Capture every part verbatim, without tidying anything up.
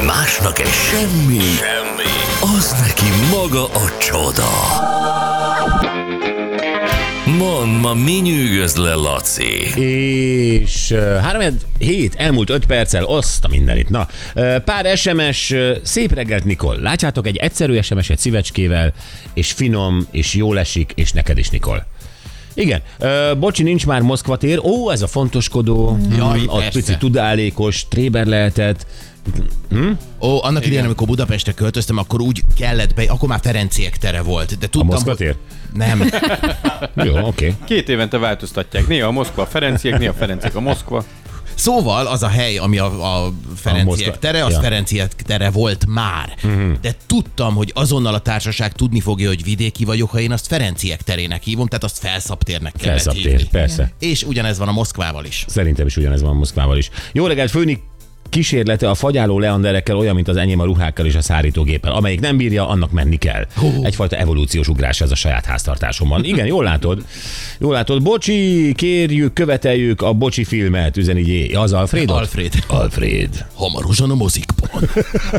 Másnak egy semmi, semmi, az neki maga a csoda. Mondd, ma mi nyűgöz le, Laci? És három hét elmúlt öt perccel, azt a mindenit. Na, pár es em es, szép reggelt, Nikol. Látjátok, egy egyszerű es em es-et szívecskével, és finom, és jól esik, és neked is, Nikol. Igen, uh, bocsi, nincs már Moszkva tér. Ó, ez a fontoskodó, Jaj, ott persze. pici tudálékos, tréber lehetett. Hm? Ó, annak idején, amikor Budapestre költöztem, akkor úgy kellett be, akkor már Ferenciek tere volt. De A tudtam, Moszkva hogy... tér? Nem. Jó, oké. Okay. Két évente változtatják. Néha a Moszkva a Ferenciek, néha a Ferenciek a Moszkva. Szóval az a hely, ami a, a Ferenciek Moszkva- tere, az ja. Ferenciek tere volt már. Uh-huh. De tudtam, hogy azonnal a társaság tudni fogja, hogy vidéki vagyok, ha én azt Ferenciek terének hívom, tehát azt Felszabtérnek kellett Felszabtér, hívni. persze. És ugyanez van a Moszkvával is. Szerintem is ugyanez van Moszkvával is. Jó reggelt, főni kísérlete a fagyáló leanderekkel olyan, mint az enyém a ruhákkal és a szárítógéppel. Amelyik nem bírja, annak menni kell. Egyfajta evolúciós ugrás ez a saját háztartásomban. Igen, jól látod. Jól látod. Bocsi, kérjük, követeljük a Bocsi filmet, üzeni J. Az Alfred? Alfred. Alfred. Hamarosan a mozikban.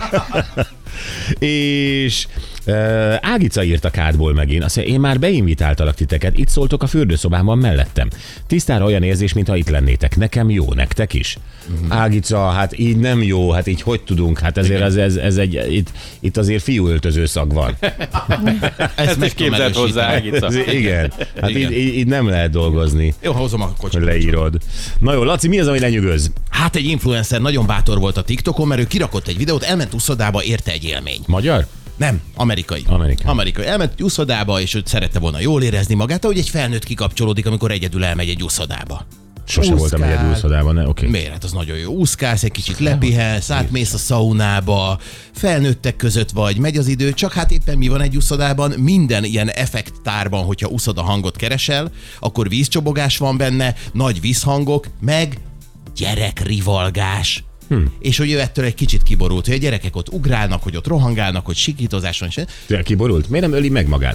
És uh, Ágica írt a kádból megint. Azt mondja, én már beinvitáltalak titeket, itt szóltok a fürdőszobában mellettem. Tisztára olyan érzés, mintha itt lennétek. Nekem jó, nektek is. Mm. Ágica, hát így nem jó, hát így hogy tudunk? Hát ezért ez, ez, ez egy, itt, itt azért fiúöltöző szag van. Ezt is képzeld hozzá, Ágica. Ez, igen, hát Igen. így, így, így nem lehet dolgozni. Jó, hozom a Hogy kocsit. leírod. Na jó, Laci, mi az, ami lenyűgöz? Hát egy influencer nagyon bátor volt a TikTokon, mert ő kirakott egy videót, elment uszodába, érte egy élmény. Magyar? Nem, amerikai. Amerikai. Amerikai. Elment uszodába, és ő szerette volna jól érezni magát, ahogy egy felnőtt kikapcsolódik, amikor egyedül elmegy egy uszodába. Sose voltam Úszkál. egyedül úszodában, ne? Oké. Miért? Hát az nagyon jó. Úszkálsz, egy kicsit lepihelsz, átmész a szaunába, felnőttek között vagy, megy az idő, csak hát éppen mi van egy úszodában? Minden ilyen effekttárban, hogyha úszoda hangot keresel, akkor vízcsobogás van benne, nagy vízhangok, meg gyerekrivalgás. Hm. És hogy ő ettől egy kicsit kiborult, hogy a gyerekek ott ugrálnak, hogy ott rohangálnak, hogy sikítozáson is. Te kiborult? Miért nem öli meg magát?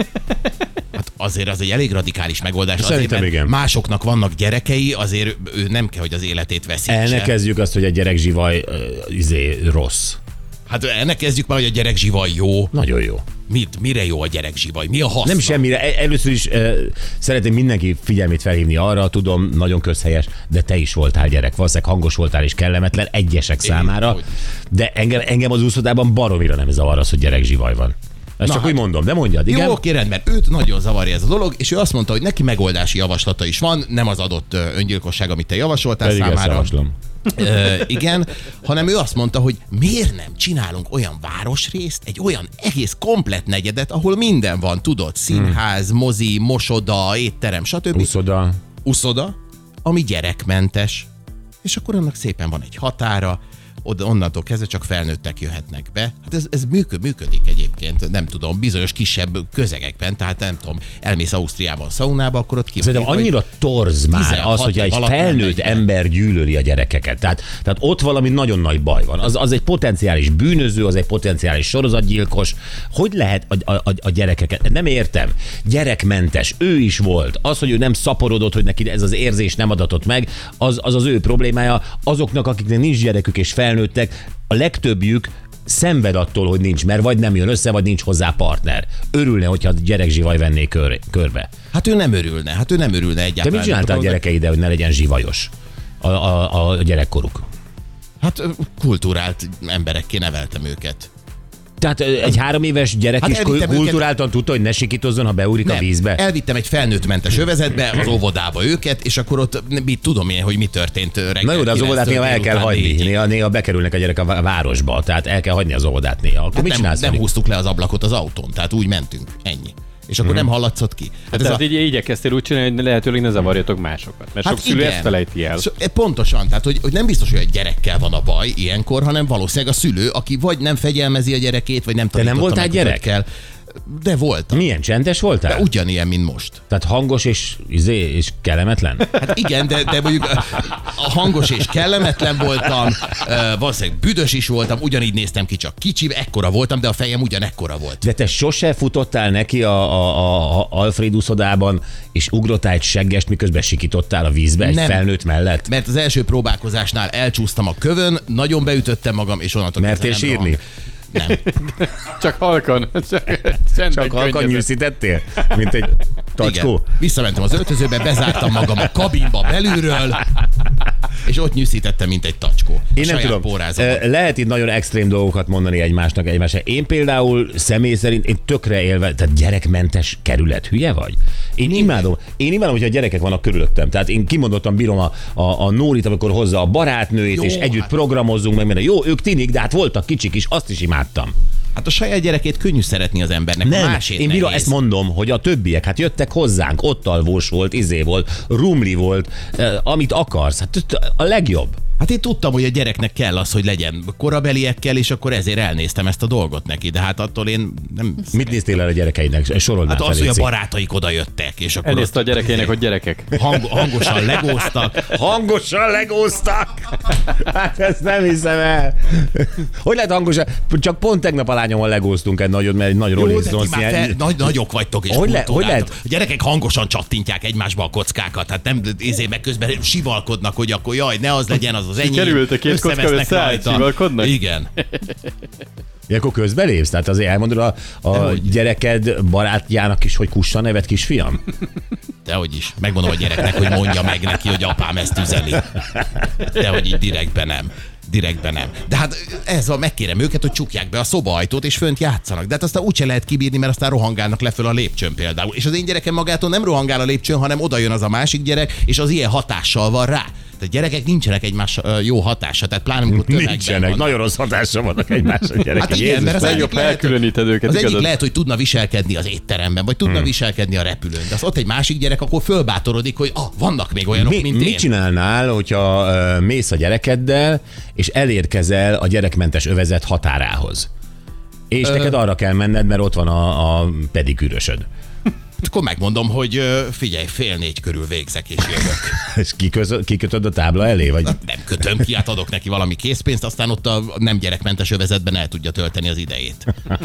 Hát azért az egy elég radikális megoldás. Azért, Szerintem mert igen. másoknak vannak gyerekei, azért ő nem kell, hogy az életét veszítse. El ne kezdjük azt, hogy egy gyerekzsivaj uh, izé, rossz. Hát ennek kezdjük már, hogy a gyerekzsivaj jó. Nagyon jó. Mit, mire jó a gyerekzsivaj? Mi a haszna? Nem semmire. E- Először is uh, szeretném mindenki figyelmét felhívni arra, tudom, nagyon közhelyes, de te is voltál gyerek. Valószínűleg hangos voltál és kellemetlen egyesek számára, hogy? de engem, engem az úszodában baromira nem zavar az, hogy gyerekzsivaj van. Ezt Na csak hát- úgy mondom, de mondjad, igen? Jó, oké, rendben. Őt nagyon zavarja ez a dolog, és ő azt mondta, hogy neki megoldási javaslata is van, nem az adott ö, öngyilkosság, amit te javasoltál Pedig ezt számára. javaslom. Ö, igen, hanem ő azt mondta, hogy miért nem csinálunk olyan városrészt, egy olyan egész komplett negyedet, ahol minden van, tudod, színház, mozi, mosoda, étterem, stb. Úszoda. Uszoda, ami gyerekmentes. És akkor annak szépen van egy határa, oda, onnantól kezdve csak felnőttek jöhetnek be. Hát ez, ez működ, működik egyébként, nem tudom, bizonyos kisebb közegekben, tehát nem tudom, elmész Ausztriában szaunába, akkor ott ki. Szerintem annyira torz már tizenhat az, hogyha év egy alatt nem felnőtt megy be. ember gyűlöli a gyerekeket. Tehát, tehát ott valami nagyon nagy baj van. Az, az egy potenciális bűnöző, az egy potenciális sorozatgyilkos. Hogy lehet a, a, a gyerekeket? Nem értem. Gyerekmentes. Ő is volt. Az, hogy ő nem szaporodott, hogy neki ez az érzés nem adatott meg, az az, az ő problémája. Azoknak, akiknek nincs gyerekük és felnőttek, a legtöbbjük szenved attól, hogy nincs, mert vagy nem jön össze, vagy nincs hozzá partner. Örülne, hogyha gyerekzsivaj venné kör, körbe. Hát ő nem örülne, hát ő nem örülne Te egyáltalán. mit csináltál a gyerekeide, hogy ne legyen zsivajos a, a, a gyerekkoruk? Hát ö, kulturált emberekké neveltem őket. Tehát ö, egy három éves gyerek Hát is elvittem kulturáltan tudta, hogy ne sikítozzon, ha beúrik a vízbe? Elvittem egy felnőttmentes övezetbe, az óvodába őket, és akkor ott mit tudom én, hogy mi történt reggel. Na jó, de az óvodát néha el kell hagyni. Néha, Néha, néha bekerülnek a gyerek a vá- városba, tehát el kell hagyni az óvodát néha. Akkor hát mit nem, csinálsz? nem velük? húztuk le az ablakot az autón, tehát úgy mentünk. Ennyi. És akkor Mhm. nem hallatszott ki. Hát ez Tehát a... így igyekeztél úgy csinálni, hogy lehetőleg ne zavarjatok másokat. Mert sok szülő ezt felejti el. So, pontosan, tehát hogy, hogy nem biztos, hogy egy gyerekkel van a baj ilyenkor, hanem valószínűleg a szülő, aki vagy nem fegyelmezi a gyerekét, vagy nem nem tanította voltál meg, gyerek? hogy kell. De voltam. Milyen csendes voltál? De ugyanilyen, mint most. Tehát hangos és, izé, és kellemetlen? Hát igen, de, de mondjuk a hangos és kellemetlen voltam, valószínűleg büdös is voltam, ugyanígy néztem ki, csak kicsi, ekkora voltam, de a fejem ugyanekkora volt. De te sose futottál neki a, a, a Alfred úszodában, és ugrottál egy seggest, miközben sikítottál a vízbe egy Nem. felnőtt mellett? Mert az első próbálkozásnál elcsúsztam a kövön, nagyon beütöttem magam, és onnantól Mertél kezdve nem sírni? rohant. Nem. Csak halkan. Csak halkan nyűszítettél? Mint egy tacskó? Igen. Visszamentem az öltözőbe, bezártam magam a kabinba belülről, és ott nyűszítettem, mint egy tacskó. Én nem tudom, pórázomban. lehet itt nagyon extrém dolgokat mondani egymásnak egymásra. Én például személy szerint én tökre élve, tehát gyerekmentes kerület, hülye vagy? Én imádom, én imádom, hogyha gyerekek vannak körülöttem. Tehát én kimondottan bírom a, a, a Nórit, amikor hozza a barátnőit, Jó, és együtt hát. programozzunk meg minden. Jó, ők tinik, de hát voltak kicsik is, azt is imádtam. Hát a saját gyerekét könnyű szeretni az embernek, Nem, a másét én bírom, nehéz. ezt mondom, hogy a többiek, hát jöttek hozzánk, ott alvós volt, izé volt, rumli volt, eh, amit akarsz, hát a legjobb. Hát én tudtam, hogy a gyereknek kell az, hogy legyen korabeliekkel, és akkor ezért elnéztem ezt a dolgot neki, de hát attól én nem... Mit néztél el a gyerekeidnek? Sorold már Hát fel, az, hogy a légy barátaik oda jöttek, és akkor Elnézte a ott gyerekeinek, hogy gyerekek. hang, hangosan legóztak. Hangosan legóztak? Hát ezt nem hiszem el. Hogy lehet hangosan? Csak pont tegnap a lányommal legóztunk egy nagyot, mert egy nagy Jó, Rolling de ti Stones már ilyen- fel, nagy, nagyok vagytok, és Hogy le- kultúráltok. hogy lehet? A gyerekek hangosan csattintják egymásba a kockákat, hát nem izé meg közben sivalkodnak, hogy akkor jaj, ne az legyen, az az enyém. Került a két kocka Összevesznek össze, rajta. sivalkodnak? Igen. Ilyenkor közbelépsz? Tehát azért elmondod a, a Dehogy. gyereked barátjának is, hogy kussa nevet, kisfiam? Dehogy is. Megmondom a gyereknek, hogy mondja meg neki, hogy apám ezt üzeli. Dehogy így direktben nem. Direktben nem. De hát ez van, megkérem őket, hogy csukják be a szobaajtót, és fönt játszanak. De hát aztán úgyse lehet kibírni, mert aztán rohangálnak le föl a lépcsőn például. És az én gyerekem magától nem rohangál a lépcsőn, hanem oda jön az a másik gyerek, és az ilyen hatással van rá. Tehát gyerekek nincsenek egymás ö, jó hatása, tehát pláne amikor tömegben Nincsenek, van. nagyon rossz hatása vannak egymásra gyerekek. Hát igen, mert az legjobb, egyik, lehet, elkülöníted őket, az egyik igazad? lehet, hogy tudna viselkedni az étteremben, vagy tudna hmm. viselkedni a repülőn. De az ott egy másik gyerek, akkor fölbátorodik, hogy ah, vannak még olyanok, Mi, mint mit én. csinálnál, hogyha uh, mész a gyerekeddel, és elérkezel a gyerekmentes övezet határához? És Ö... neked arra kell menned, mert ott van a, a pedikűrösöd. Akkor megmondom, hogy ö, figyelj, fél négy körül végzek és jövök. És kiköz, kikötöd a tábla elé? Vagy? Nem kötöm ki, hát adok neki valami készpénzt, aztán ott a nem gyerekmentes övezetben el tudja tölteni az idejét.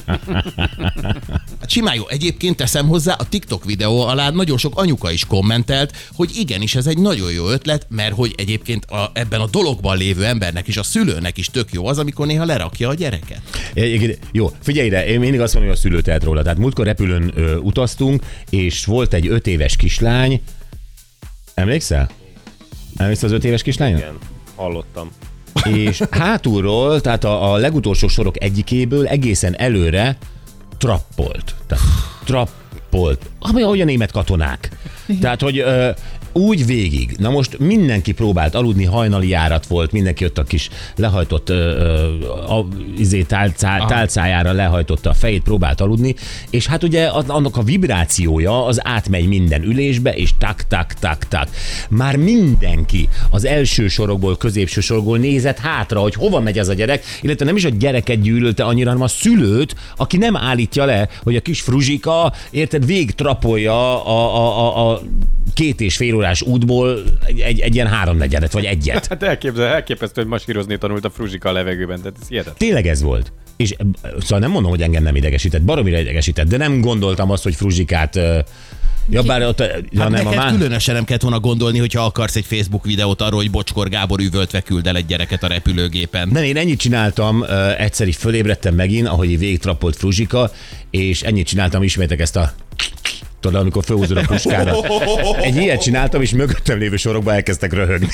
Hát simán jó. Egyébként teszem hozzá, a TikTok videó alá nagyon sok anyuka is kommentelt, hogy igenis ez egy nagyon jó ötlet, mert hogy egyébként a, ebben a dologban lévő embernek is, a szülőnek is tök jó az, amikor néha lerakja a gyereket. Egyébként- Jó, figyelj ide, én mindig azt mondom, hogy a szülő tehet róla. Tehát múltkor repülőn ö, utaztunk, és volt egy öt éves kislány. Emlékszel? Emlékszel az öt éves kislányra? Igen, hallottam. És hátulról, tehát a, a legutolsó sorok egyikéből egészen előre trappolt. Tehát trappolt. Ami ahogy a német katonák. Tehát, hogy ö, úgy végig. Na most mindenki próbált aludni, hajnali járat volt, mindenki ott a kis lehajtott ö, ö, a, izé, tálcá, tálcájára lehajtotta a fejét, próbált aludni, és hát ugye annak a vibrációja az átmegy minden ülésbe, és tak, tak, tak, tak. Már mindenki az első sorokból, középső sorokból nézett hátra, hogy hova megy ez a gyerek, illetve nem is a gyereket gyűlölte annyira, hanem a szülőt, aki nem állítja le, hogy a kis fruzsika, érted, végtrapolja a, a, a, a két és fél órás útból egy, egy, egy ilyen háromnegyedet, vagy egyet. Hát elképzel, elképesztő, hogy masírozni tanult a fruzsika a levegőben, tehát ez hihetetlen. Tényleg ez volt. És szóval nem mondom, hogy engem nem idegesített, baromira idegesített, de nem gondoltam azt, hogy fruzsikát... ö, Ja, bár ott, ja, Hát nem, a neked má... különösen nem kellett volna gondolni, hogyha akarsz egy Facebook videót arról, hogy Bocskor Gábor üvöltve küld el egy gyereket a repülőgépen. Nem, én ennyit csináltam, ö, egyszer így fölébredtem megint, ahogy így végigtrappolt fruzsika, és ennyit csináltam, ismétek ezt a... Tudod, amikor fölhúzod a puskára. Egy ilyet csináltam, és mögöttem lévő sorokba elkezdtek röhögni.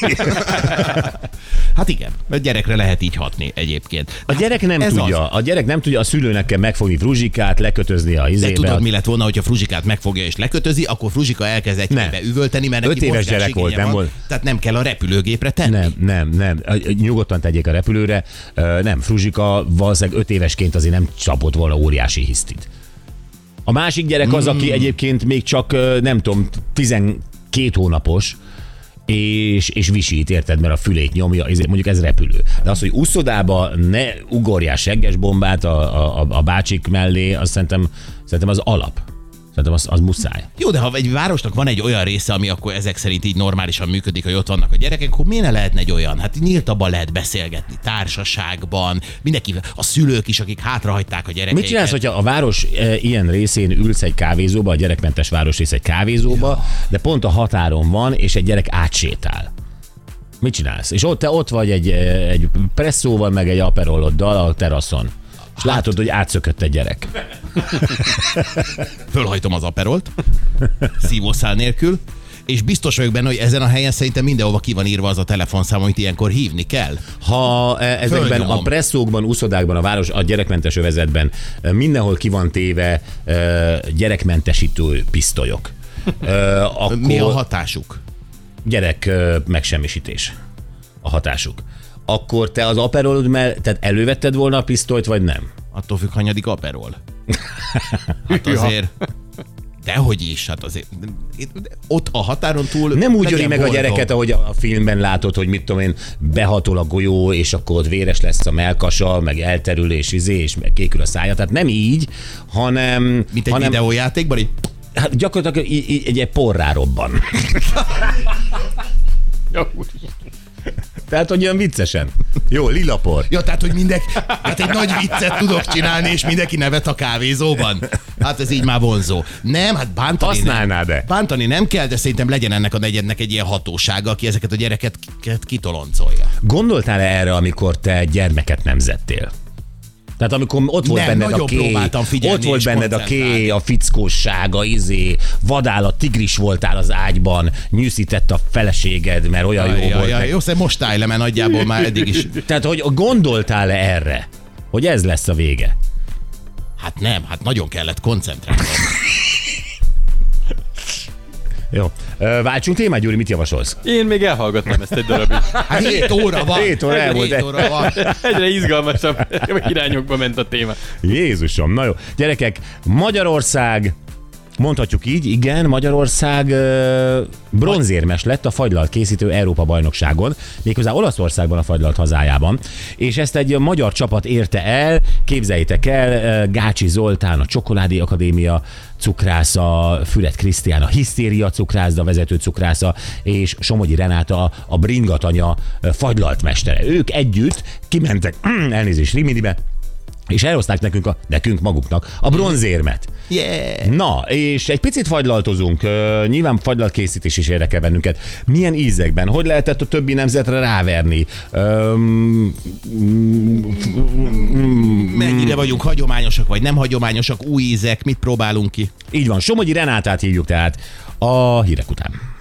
Hát igen, a gyerekre lehet így hatni egyébként. A gyerek nem ez tudja, az. a gyerek nem tudja, a szülőnek kell megfogni fruzsikát, lekötözni a De izébe. tudod, mi lett volna, hogyha Fruzsikát megfogja és lekötözi, akkor Fruzsika elkezd egy Nem. helybe üvölteni, mert Öt neki éves mozgásigénye gyerek volt, nem van, volt? Tehát nem kell a repülőgépre tenni. Nem, nem, nem. Nyugodtan tegyék a repülőre. Ö, Nem, Fruzsika valószínűleg öt évesként azért nem csapott volna óriási hisztit. A másik gyerek az, aki egyébként még csak, ö, nem tudom, tizenkét hónapos, és, és visít, érted, mert a fülét nyomja, ezért mondjuk ez repülő. De az, hogy úszodába ne ugorjál segges bombát a, a, a bácsik mellé, azt szerintem, szerintem az alap. Szerintem az, az muszáj. Jó, de ha egy városnak van egy olyan része, ami akkor ezek szerint így normálisan működik, hogy ott vannak a gyerekek, akkor miért ne lehetne egy olyan? Hát nyíltabban lehet beszélgetni, társaságban, mindenki, a szülők is, akik hátrahagyták a gyerekeiket. Mit csinálsz, hogyha a város e, ilyen részén ülsz egy kávézóba, a gyerekmentes városrész egy kávézóba, ja. de pont a határon van, és egy gyerek átsétál? Mit csinálsz? És ott te ott vagy egy, egy presszóval, meg egy aperoloddal a teraszon. És hát... látod, hogy átszökött egy gyerek. Fölhajtom az aperolt, szívószál nélkül, és biztos vagyok benne, hogy ezen a helyen szerintem mindenhova ki van írva az a telefonszám, amit ilyenkor hívni kell. Ha ezekben Földnyomom. a presszókban, úszodákban, a város, a gyerekmentes övezetben mindenhol ki van téve gyerekmentesítő pisztolyok. Akkor mi a hatásuk? Gyerek megsemmisítés a hatásuk. Akkor te az aperolod mellett, tehát elővetted volna a pisztolyt, vagy nem? Attól függ, hanyadik aperol. Hát azért... Dehogy is, hát azért... Ott a határon túl... Nem úgy öli meg boldog. A gyereket, ahogy a filmben látod, hogy mit tudom én, behatol a golyó, és akkor ott véres lesz a melkasa, meg elterül, és izé, és kékül a szája. Tehát nem így, hanem... Mint egy hanem, videójátékban, így... Hát gyakorlatilag így, így, egy, egy porrá robban. Tehát, hogy olyan viccesen. Jó, lila por. Ja, tehát, hogy mindenki, hát egy nagy viccet tudok csinálni, és mindenki nevet a kávézóban. Hát ez így már vonzó. Nem, hát bántani Használnád nem. de. Bántani nem kell, de szerintem legyen ennek a negyednek egy ilyen hatósága, aki ezeket a gyereket kitoloncolja. Gondoltál-e erre, amikor te gyermeket nemzettél? Tehát amikor ott volt nem, benned a ké, ott volt benned a ké, a fickóssága, izé, vadállat, tigris voltál az ágyban, nyűszített a feleséged, mert olyan jaj, jó jaj, volt. Jaj, jó, szóval most állj le, mert nagyjából már eddig is. Tehát, hogy gondoltál-e erre, hogy ez lesz a vége? Hát nem, hát nagyon kellett koncentrálni. Jó. Váltsunk témát, Gyuri, mit javasolsz? Én még elhallgatnám ezt egy darabig. Hát hét óra van. Hét óra elmúlt. Hét óra van. Egyre izgalmasabb irányokba ment a téma. Jézusom, na jó. Gyerekek, Magyarország, mondhatjuk így, igen, Magyarország uh, bronzérmes lett a fagylalt készítő Európa-bajnokságon, méghozzá Olaszországban, a fagylalt hazájában, és ezt egy magyar csapat érte el, képzeljétek el, uh, Gácsi Zoltán, a Csokoládé Akadémia cukrásza, Fület Krisztián, a Hisztéria cukrászda, vezető cukrásza, és Somogyi Renáta, a Bringatanya fagylalt mestere. Ők együtt kimentek, elnézést, Riminibe, és elhozták nekünk, a, nekünk maguknak a bronzérmet. Yeah. Na, és egy picit fagylaltozunk, uh, nyilván fagylaltkészítés is érdekel bennünket. Milyen ízekben? Hogy lehetett a többi nemzetre ráverni? Um, Mennyire vagyunk hagyományosak, vagy nem hagyományosak, új ízek, mit próbálunk ki? Így van, Somogyi Renátát hívjuk tehát a hírek után.